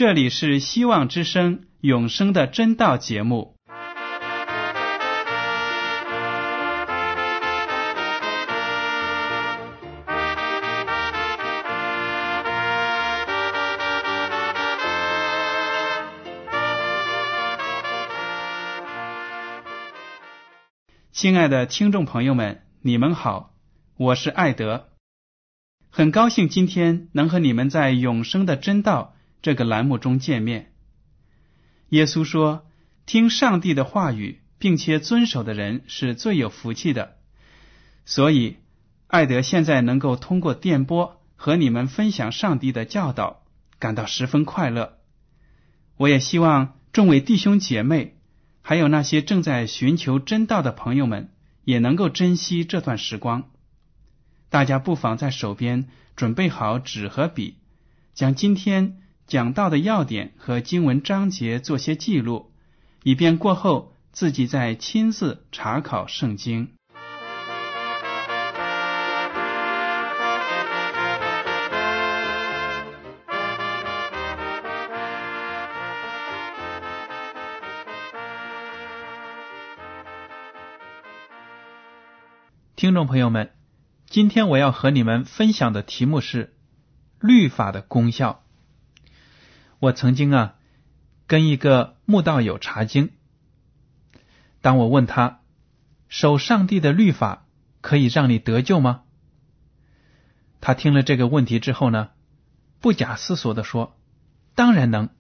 这里是希望之声永生的真道节目。亲爱的听众朋友们，你们好，我是艾德，很高兴今天能和你们在永生的真道这个栏目中见面。耶稣说，听上帝的话语并且遵守的人是最有福气的，所以艾德现在能够通过电波和你们分享上帝的教导，感到十分快乐。我也希望众位弟兄姐妹还有那些正在寻求真道的朋友们也能够珍惜这段时光。大家不妨在手边准备好纸和笔，将今天讲到的要点和经文章节做些记录，以便过后自己再亲自查考圣经。听众朋友们，今天我要和你们分享的题目是律法的功效。我曾经跟一个慕道友查经，当我问他，守上帝的律法可以让你得救吗？他听了这个问题之后呢，不假思索地说，当然能。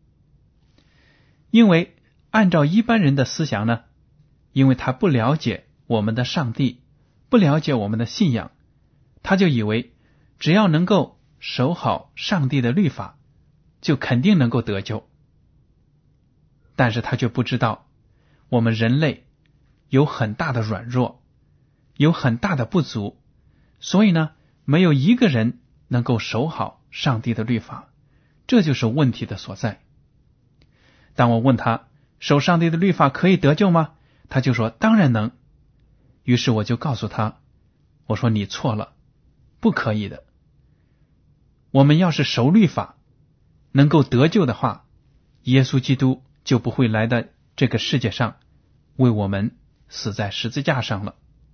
因为按照一般人的思想呢，因为他不了解我们的上帝，不了解我们的信仰，他就以为只要能够守好上帝的律法，就肯定能够得救。但是他却不知道，我们人类有很大的软弱，有很大的不足，所以呢，没有一个人能够守好上帝的律法，这就是问题的所在。当我问他，守上帝的律法可以得救吗？他就说当然能。于是我就告诉他，我说你错了，不可以的。我们要是守律法能够得救的话，耶稣基督就不会来到这个世界上为我们死在十字架上了。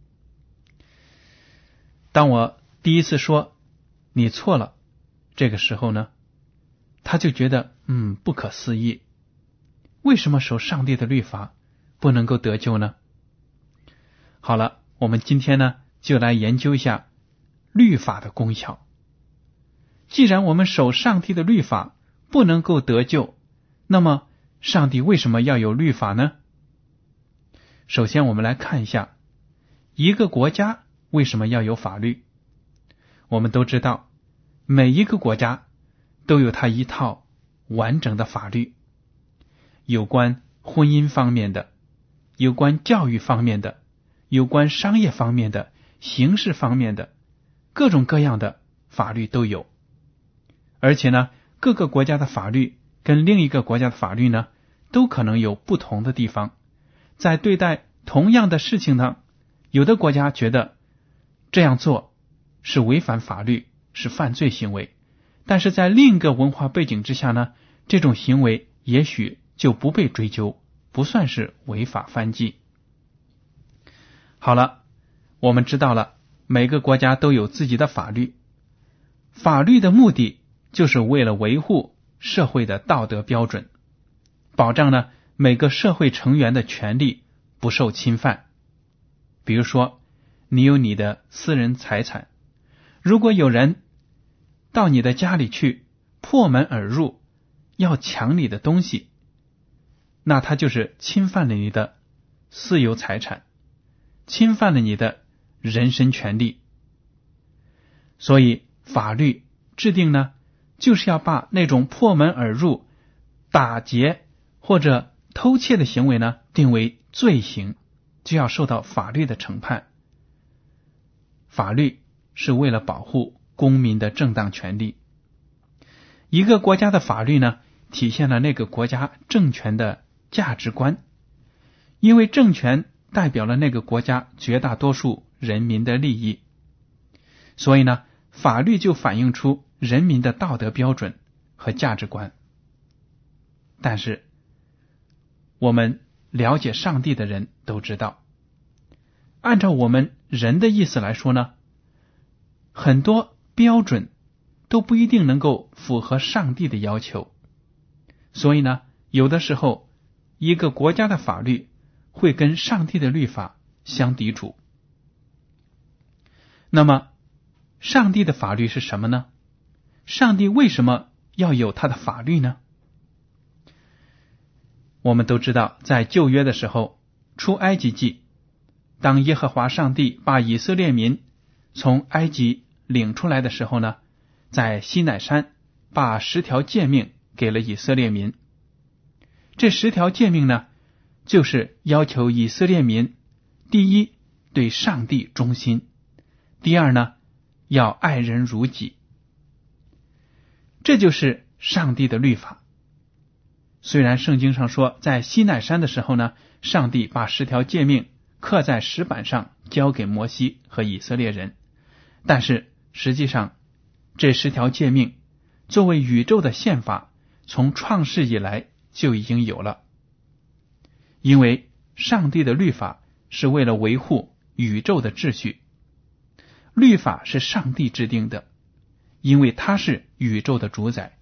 当我第一次说你错了，这个时候呢，他就觉得不可思议，为什么守上帝的律法不能够得救呢？好了，我们今天呢就来研究一下律法的功效。既然我们守上帝的律法不能够得救，那么上帝为什么要有律法呢？首先我们来看一下，一个国家为什么要有法律。我们都知道，每一个国家都有它一套完整的法律，有关婚姻方面的，有关教育方面的，有关商业方面的，刑事方面的，各种各样的法律都有。而且呢，各个国家的法律跟另一个国家的法律呢，都可能有不同的地方。在对待同样的事情呢，有的国家觉得这样做是违反法律，是犯罪行为，但是在另一个文化背景之下呢，这种行为也许就不被追究，不算是违法犯纪。好了，我们知道了，每个国家都有自己的法律，法律的目的就是为了维护社会的道德标准，保障呢每个社会成员的权利不受侵犯。比如说，你有你的私人财产，如果有人到你的家里去破门而入，要抢你的东西，那他就是侵犯了你的私有财产，侵犯了你的人身权利。所以法律制定呢，就是要把那种破门而入、打劫或者偷窃的行为呢定为罪行，就要受到法律的惩判。法律是为了保护公民的正当权利。一个国家的法律呢，体现了那个国家政权的价值观，因为政权代表了那个国家绝大多数人民的利益，所以呢，法律就反映出人民的道德标准和价值观。 但是我们了解上帝的人都知道，按照我们人的意思来说呢，很多标准都不一定能够符合上帝的要求。所以呢，有的时候一个国家的法律会跟上帝的律法相抵触。那么上帝的法律是什么呢？上帝为什么要有他的法律呢？我们都知道，在旧约的时候，出埃及记，当耶和华上帝把以色列民从埃及领出来的时候呢，在西乃山把10条诫命给了以色列民。这10条诫命呢，就是要求以色列民，第一，对上帝忠心；第二呢，要爱人如己。这就是上帝的律法。虽然圣经上说，在西乃山的时候呢，上帝把10条诫命刻在石板上，交给摩西和以色列人，但是实际上这10条诫命作为宇宙的宪法，从创世以来就已经有了。因为上帝的律法是为了维护宇宙的秩序，律法是上帝制定的，因为他是宇宙的主宰。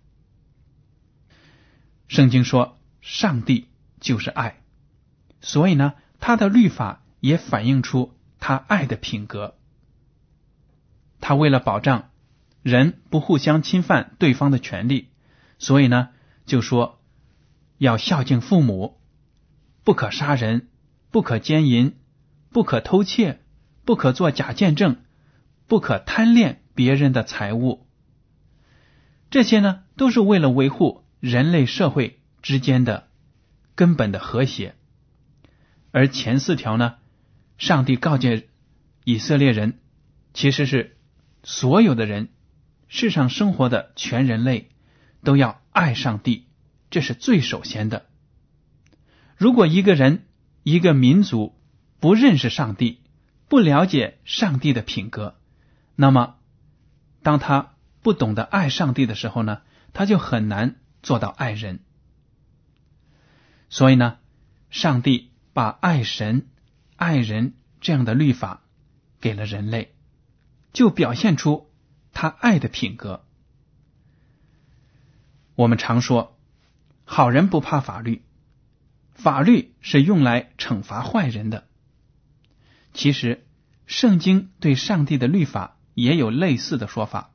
圣经说上帝就是爱，所以呢，他的律法也反映出他爱的品格。他为了保障人不互相侵犯对方的权利，所以呢，就说要孝敬父母，不可杀人，不可奸淫，不可偷窃，不可作假见证，不可贪恋别人的财物。这些呢，都是为了维护人类社会之间的根本的和谐。而前4条呢，上帝告诫以色列人，其实是所有的人，世上生活的全人类都要爱上帝，这是最首先的。如果一个人、一个民族不认识上帝，不了解上帝的品格，那么当他不懂得爱上帝的时候呢，他就很难做到爱人。所以呢，上帝把爱神、爱人这样的律法给了人类，就表现出他爱的品格。我们常说，好人不怕法律，法律是用来惩罚坏人的。其实圣经对上帝的律法也有类似的说法。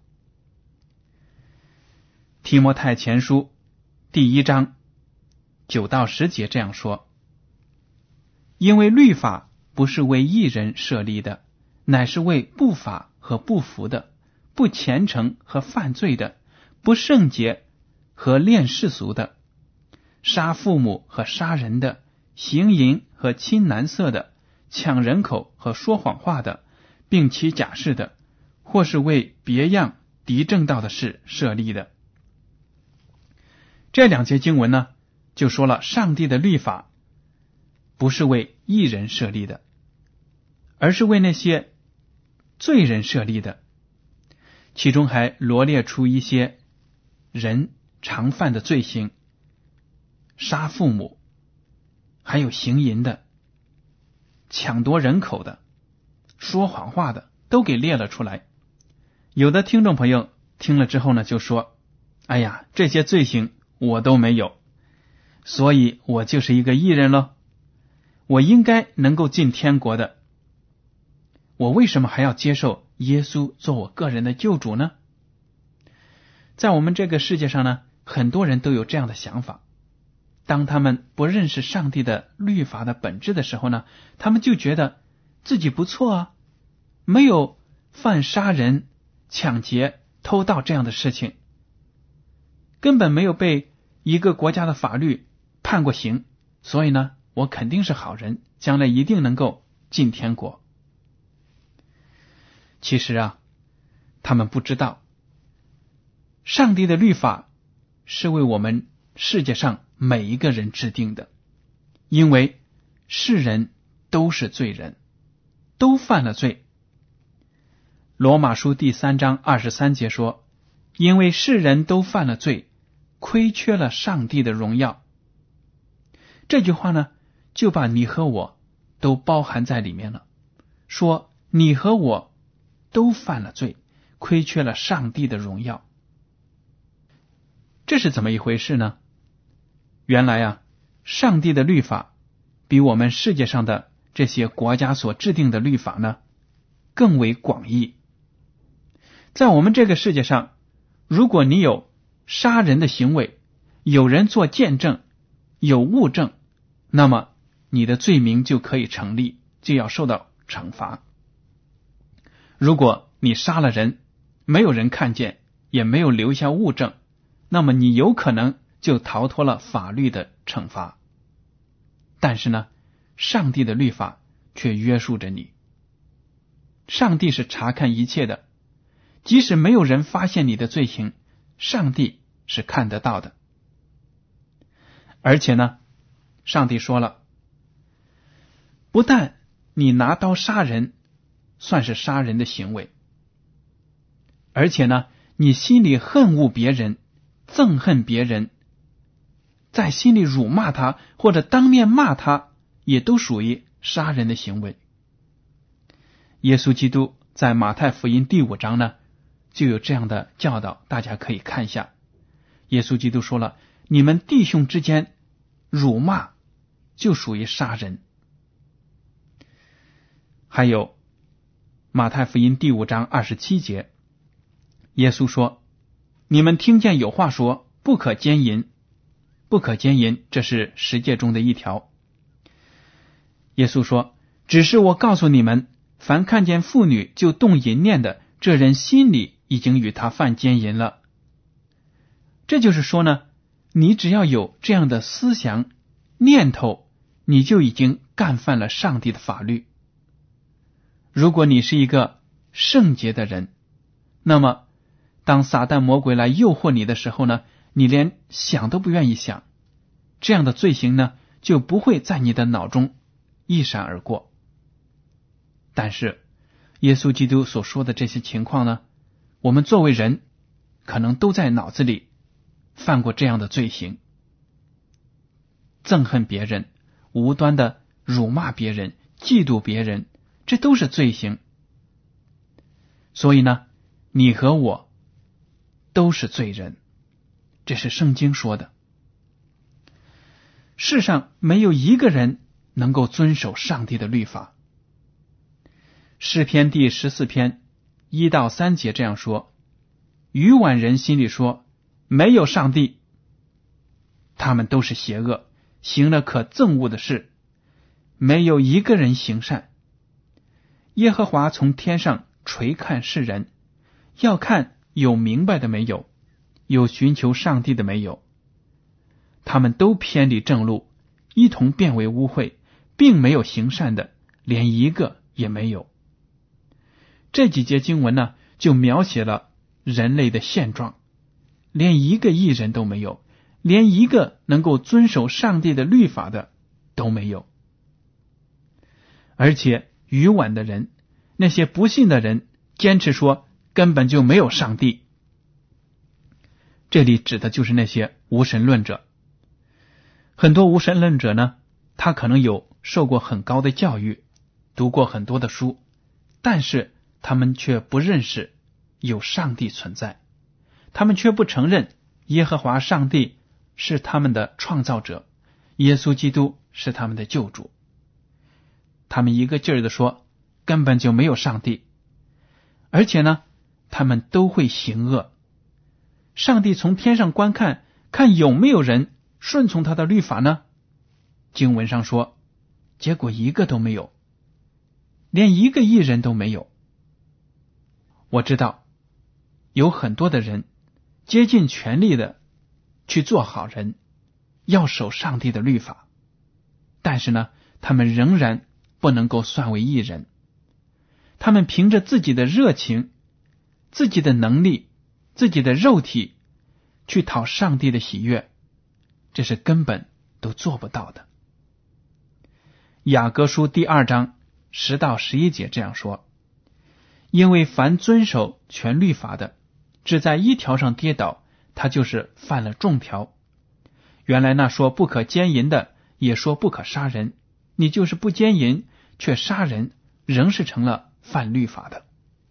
提摩太前书第1章9到10节这样说：因为律法不是为义人设立的，乃是为不法和不服的，不虔诚和犯罪的，不圣洁和恋世俗的，杀父母和杀人的，行淫和亲男色的，抢人口和说谎话的，并起假誓的，或是为别样敌正道的事设立的。这2节经文呢，就说了上帝的律法不是为义人设立的，而是为那些罪人设立的。其中还罗列出一些人常犯的罪行，杀父母，还有行淫的，抢夺人口的，说谎话的，都给列了出来。有的听众朋友听了之后呢，就说，哎呀，这些罪行我都没有，所以我就是一个义人咯，我应该能够进天国的，我为什么还要接受耶稣做我个人的救主呢？在我们这个世界上呢，很多人都有这样的想法。当他们不认识上帝的律法的本质的时候呢，他们就觉得自己不错啊，没有犯杀人、抢劫、偷盗这样的事情，根本没有被一个国家的法律判过刑，所以呢，我肯定是好人，将来一定能够进天国。其实啊，他们不知道，上帝的律法是为我们世界上每一个人制定的，因为世人都是罪人，都犯了罪。罗马书第3章23节说，因为世人都犯了罪，亏缺了上帝的荣耀， 这句话呢，就把你和我都包含在里面了，说你和我都犯了罪，亏缺了上帝的荣耀。这是怎么一回事呢？原来啊，上帝的律法比我们世界上的这些国家所制定的律法呢更为广义。在我们这个世界上，如果你有杀人的行为，有人做见证，有物证，那么你的罪名就可以成立，就要受到惩罚。如果你杀了人，没有人看见，也没有留下物证，那么你有可能就逃脱了法律的惩罚。但是呢，上帝的律法却约束着你。上帝是查看一切的，即使没有人发现你的罪行，上帝是看得到的。而且呢，上帝说了，不但你拿刀杀人算是杀人的行为，而且呢，你心里恨恶别人，憎恨别人，在心里辱骂他或者当面骂他，也都属于杀人的行为。耶稣基督在马太福音第5章呢，就有这样的教导，大家可以看一下。耶稣基督说了，你们弟兄之间辱骂就属于杀人。还有马太福音第5章27节，耶稣说，你们听见有话说，不可奸淫。不可奸淫，这是10诫中的一条。耶稣说，只是我告诉你们，凡看见妇女就动淫念的，这人心里已经与他犯奸淫了。这就是说呢，你只要有这样的思想念头，你就已经干犯了上帝的法律。如果你是一个圣洁的人，那么当撒旦魔鬼来诱惑你的时候呢，你连想都不愿意想，这样的罪行呢，就不会在你的脑中一闪而过。但是耶稣基督所说的这些情况呢，我们作为人可能都在脑子里犯过这样的罪行，憎恨别人，无端的辱骂别人，嫉妒别人，这都是罪行。所以呢，你和我都是罪人，这是圣经说的。世上没有一个人能够遵守上帝的律法。诗篇第14篇1到3节这样说，愚顽人心里说，没有上帝，他们都是邪恶，行了可憎恶的事，没有一个人行善。耶和华从天上垂看世人，要看有明白的没有，有寻求上帝的没有。他们都偏离正路，一同变为污秽，并没有行善的，连一个也没有。这几节经文呢，就描写了人类的现状，连一个义人都没有，连一个能够遵守上帝的律法的都没有。而且愚顽的人，那些不信的人，坚持说根本就没有上帝。这里指的就是那些无神论者。很多无神论者呢，他可能有受过很高的教育，读过很多的书，但是他们却不认识有上帝存在，他们却不承认耶和华上帝是他们的创造者，耶稣基督是他们的救主。他们一个劲儿地说根本就没有上帝，而且呢，他们都会行恶。上帝从天上观看，看有没有人顺从他的律法呢？经文上说，结果一个都没有，连一个义人都没有。我知道有很多的人竭尽全力的去做好人，要守上帝的律法，但是呢，他们仍然不能够算为义人。他们凭着自己的热情，自己的能力，自己的肉体去讨上帝的喜悦，这是根本都做不到的。雅各书第2章10到11节这样说，因为凡遵守全律法的，只在一条上跌倒，他就是犯了众条。原来那说不可奸淫的， 也说不可杀人，你就是不奸淫却杀人，仍是成了犯律法的。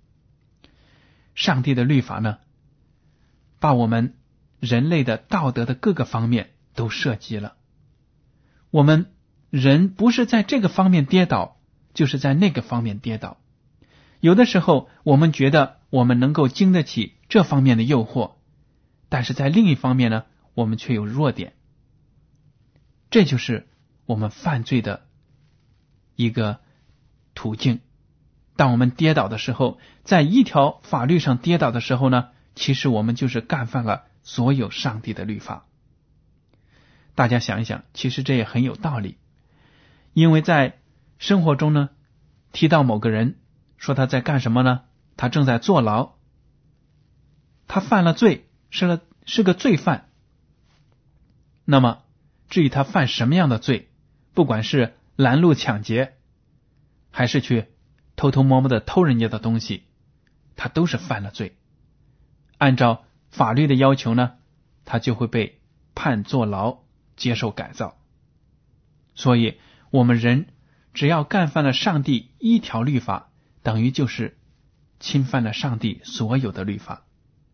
上帝的律法呢，把我们人类的道德的各个方面都涉及了。我们人不是在这个方面跌倒，就是在那个方面跌倒。有的时候我们觉得我们能够经得起这方面的诱惑，但是在另一方面呢，我们却有弱点。这就是我们犯罪的一个途径。当我们跌倒的时候，在一条法律上跌倒的时候呢，其实我们就是干犯了所有上帝的律法。大家想一想，其实这也很有道理。因为在生活中呢，提到某个人说他在干什么呢？他正在坐牢，他犯了罪，是个罪犯。那么至于他犯什么样的罪，不管是拦路抢劫，还是去偷偷摸摸的偷人家的东西，他都是犯了罪。按照法律的要求呢，他就会被判坐牢，接受改造。所以我们人只要干犯了上帝一条律法，等于就是侵犯了上帝所有的律法。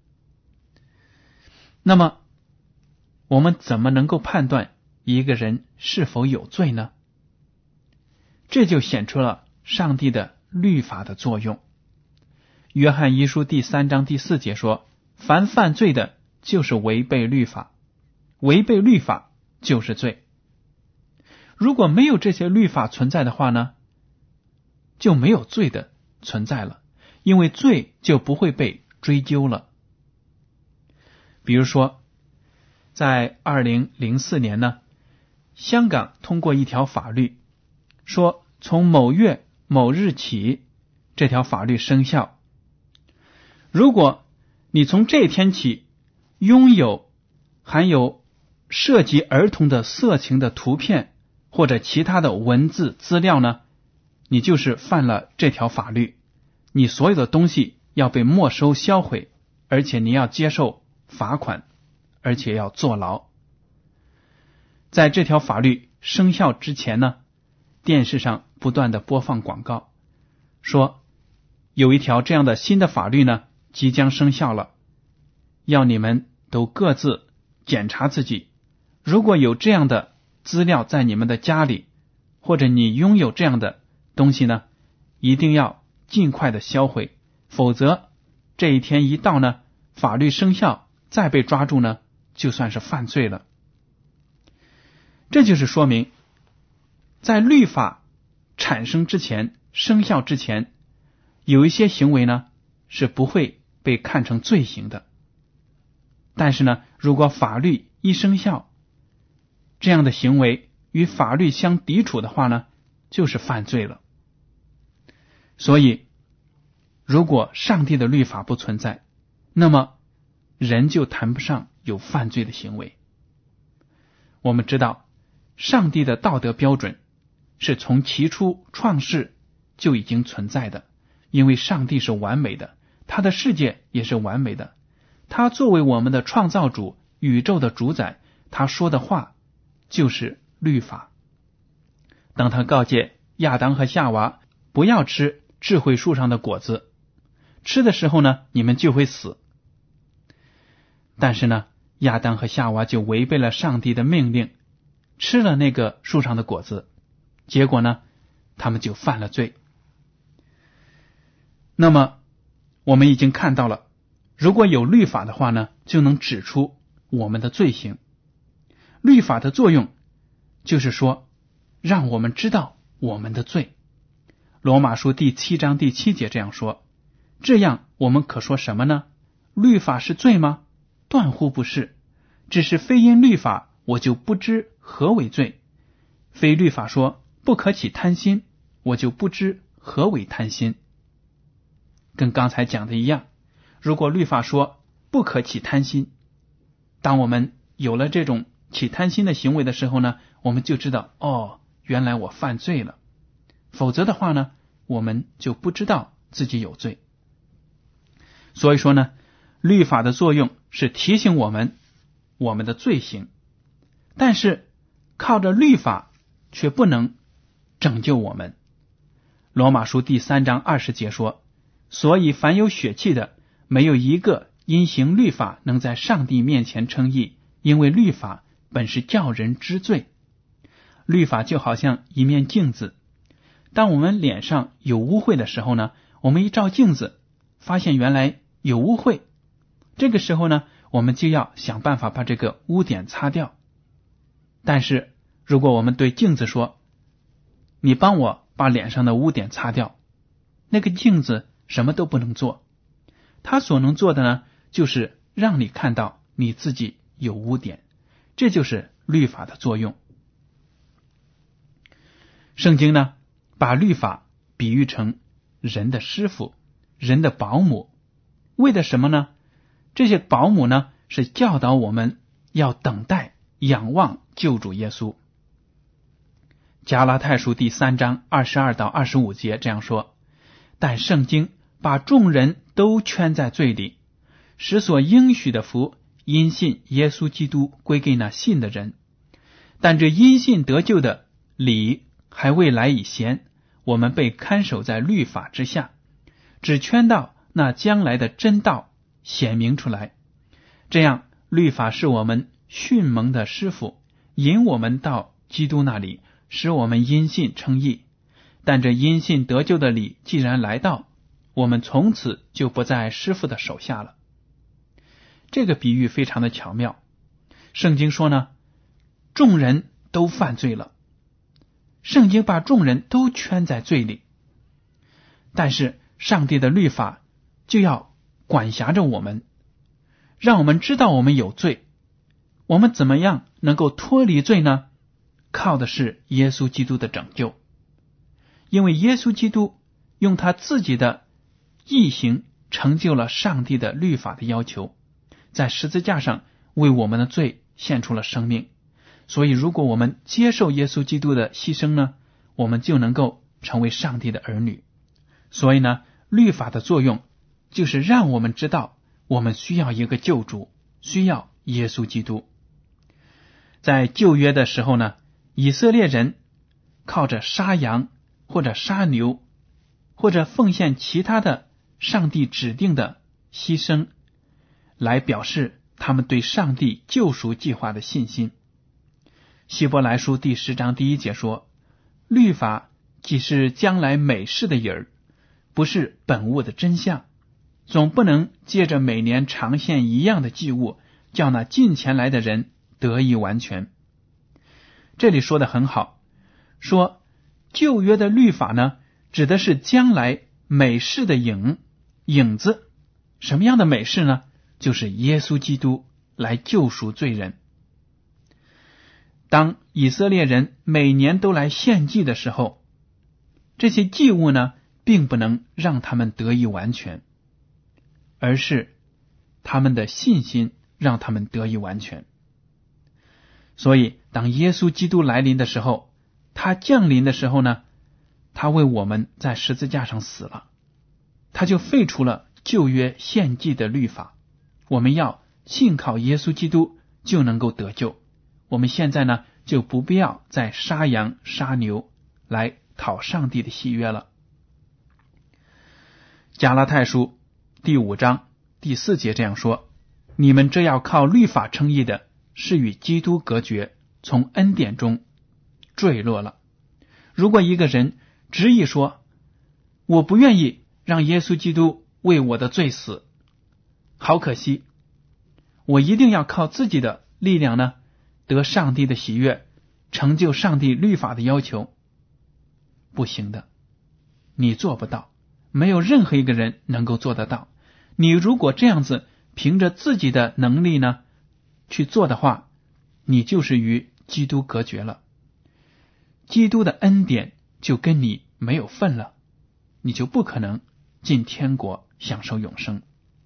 那么我们怎么能够判断一个人是否有罪呢？这就显出了上帝的律法的作用。约翰一书第3章第4节说，凡犯罪的就是违背律法，违背律法就是罪。如果没有这些律法存在的话呢，就没有罪的存在了，因为罪就不会被追究了。比如说在2004年呢，香港通过一条法律，说从某月某日起，这条法律生效。如果你从这天起拥有含有涉及儿童的色情的图片或者其他的文字资料呢，你就是犯了这条法律，你所有的东西要被没收销毁，而且你要接受罚款，而且要坐牢。在这条法律生效之前呢，电视上不断的播放广告，说有一条这样的新的法律呢即将生效了，要你们都各自检查自己，如果有这样的资料在你们的家里，或者你拥有这样的东西呢，一定要尽快的销毁，否则这一天一到呢，法律生效再被抓住呢，就算是犯罪了。这就是说明在律法产生之前，生效之前，有一些行为呢是不会被看成罪行的。但是呢，如果法律一生效，这样的行为与法律相抵触的话呢，就是犯罪了。所以如果上帝的律法不存在，那么人就谈不上有犯罪的行为。我们知道上帝的道德标准是从起初创世就已经存在的，因为上帝是完美的，他的世界也是完美的，他作为我们的创造主，宇宙的主宰，他说的话就是律法。当他告诫亚当和夏娃不要吃智慧树上的果子，吃的时候呢，你们就会死。但是呢，亚当和夏娃就违背了上帝的命令，吃了那个树上的果子，结果呢，他们就犯了罪。那么我们已经看到了，如果有律法的话呢，就能指出我们的罪行。律法的作用就是说，让我们知道我们的罪。罗马书第7章第7节这样说，这样我们可说什么呢？律法是罪吗？断乎不是，只是非因律法，我就不知何为罪。非律法说不可起贪心，我就不知何为贪心。跟刚才讲的一样，如果律法说不可起贪心，当我们有了这种起贪心的行为的时候呢，我们就知道，哦，原来我犯罪了。否则的话呢，我们就不知道自己有罪。所以说呢，律法的作用是提醒我们的罪行，但是靠着律法却不能拯救我们。罗马书第3章20节说，所以凡有血气的，没有一个因行律法能在上帝面前称义，因为律法本是叫人知罪。律法就好像一面镜子，当我们脸上有污秽的时候呢，我们一照镜子，发现原来有污秽，这个时候呢，我们就要想办法把这个污点擦掉。但是如果我们对镜子说，你帮我把脸上的污点擦掉，那个镜子什么都不能做，它所能做的呢，就是让你看到你自己有污点，这就是律法的作用。圣经呢，把律法比喻成人的师傅，人的保姆，为的什么呢？这些保姆呢，是教导我们要等待、仰望救主耶稣。加拉太书第3章22到25节这样说，但圣经把众人都圈在罪里，使所应许的福因信耶稣基督归给那信的人。但这因信得救的理还未来以前，我们被看守在律法之下，只圈到那将来的真道显明出来。这样律法是我们训蒙的师傅，引我们到基督那里，使我们因信称义。但这因信得救的理既然来到，我们从此就不在师傅的手下了。这个比喻非常的巧妙。圣经说呢，众人都犯罪了，圣经把众人都圈在罪里，但是上帝的律法就要管辖着我们，让我们知道我们有罪。我们怎么样能够脱离罪呢？靠的是耶稣基督的拯救。因为耶稣基督用他自己的义行成就了上帝的律法的要求，在十字架上为我们的罪献出了生命。所以如果我们接受耶稣基督的牺牲呢，我们就能够成为上帝的儿女。所以呢，律法的作用就是让我们知道我们需要一个救主，需要耶稣基督。在旧约的时候呢，以色列人靠着杀羊或者杀牛，或者奉献其他的上帝指定的牺牲，来表示他们对上帝救赎计划的信心。希伯来书第10章第1节说，律法既是将来美事的影儿，不是本物的真相，总不能借着每年常献一样的祭物，叫那近前来的人得以完全。这里说得很好，说旧约的律法呢，指的是将来美事的影子。什么样的美事呢？就是耶稣基督来救赎罪人。当以色列人每年都来献祭的时候，这些祭物呢，并不能让他们得以完全，而是他们的信心让他们得以完全。所以当耶稣基督来临的时候，他降临的时候呢，他为我们在十字架上死了，他就废除了旧约献祭的律法。我们要信靠耶稣基督就能够得救。我们现在呢，就不必要再杀羊杀牛来讨上帝的喜悦了。加拉太书第5章第4节这样说，你们这要靠律法称义的，是与基督隔绝，从恩典中坠落了。如果一个人执意说，我不愿意让耶稣基督为我的罪死，好可惜，我一定要靠自己的力量呢，得上帝的喜悦，成就上帝律法的要求。不行的，你做不到，没有任何一个人能够做得到。你如果这样子凭着自己的能力呢去做的话，你就是与基督隔绝了，基督的恩典就跟你没有份了，你就不可能进天国享受永生。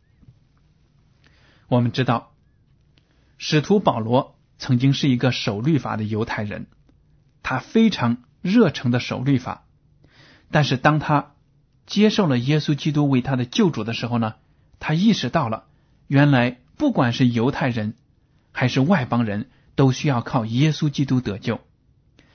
我们知道使徒保罗曾经是一个守律法的犹太人，他非常热诚的守律法，但是当他接受了耶稣基督为他的救主的时候呢，他意识到了原来不管是犹太人还是外邦人，都需要靠耶稣基督得救。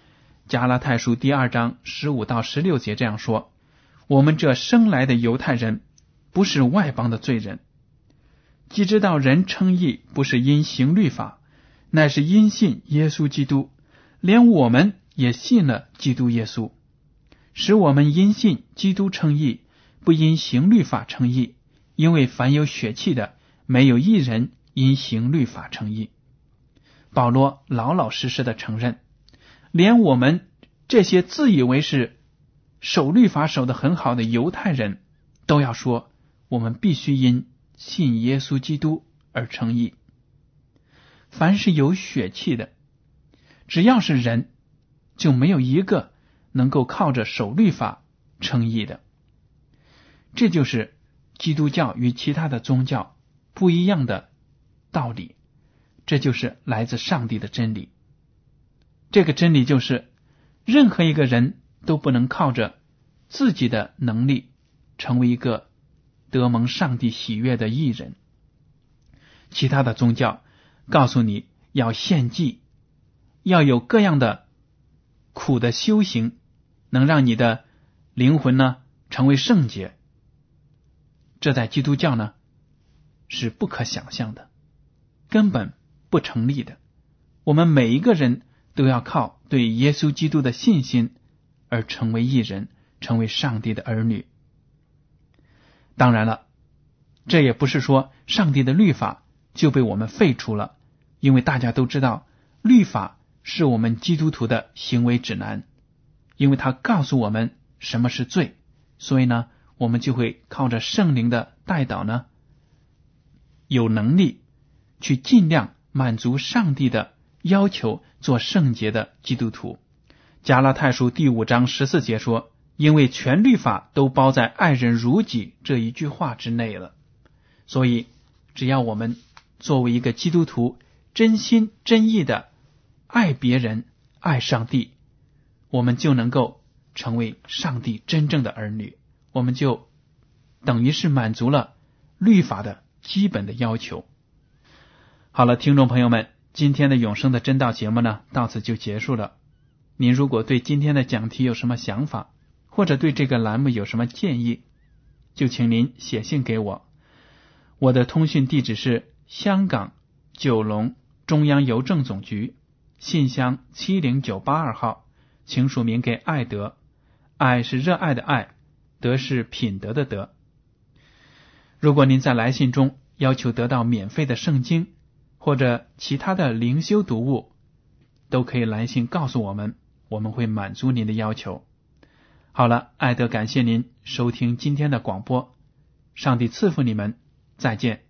加拉太书第2章15到16节这样说：我们这生来的犹太人不是外邦的罪人，既知道人称义不是因行律法，乃是因信耶稣基督，连我们也信了基督耶稣，使我们因信基督称义，不因行律法称义，因为凡有血气的，没有一人因行律法称义。保罗老老实实的承认，连我们这些自以为是守律法守得很好的犹太人都要说，我们必须因信耶稣基督而称义。凡是有血气的，只要是人，就没有一个能够靠着守律法称义的。这就是基督教与其他的宗教不一样的道理，这就是来自上帝的真理。这个真理就是，任何一个人都不能靠着自己的能力成为一个得蒙上帝喜悦的义人。其他的宗教告诉你要献祭，要有各样的苦的修行，能让你的灵魂呢成为圣洁。这在基督教呢是不可想象的，根本不成立的。我们每一个人都要靠对耶稣基督的信心而成为义人，成为上帝的儿女。当然了，这也不是说上帝的律法就被我们废除了，因为大家都知道，律法是我们基督徒的行为指南，因为它告诉我们什么是罪，所以呢，我们就会靠着圣灵的带导呢，有能力去尽量满足上帝的要求，做圣洁的基督徒。加拉太书第5章14节说，因为全律法都包在爱人如己这一句话之内了。所以只要我们作为一个基督徒真心真意的爱别人爱上帝，我们就能够成为上帝真正的儿女，我们就等于是满足了律法的基本的要求。好了，听众朋友们，今天的永生的真道节目呢到此就结束了。您如果对今天的讲题有什么想法，或者对这个栏目有什么建议，就请您写信给我。我的通讯地址是香港九龙中央邮政总局信箱70982号，请署名给爱德，爱是热爱的爱，德是品德的德。如果您在来信中要求得到免费的圣经或者其他的灵修读物，都可以来信告诉我们，我们会满足您的要求。好了，爱德感谢您收听今天的广播，上帝赐福你们，再见。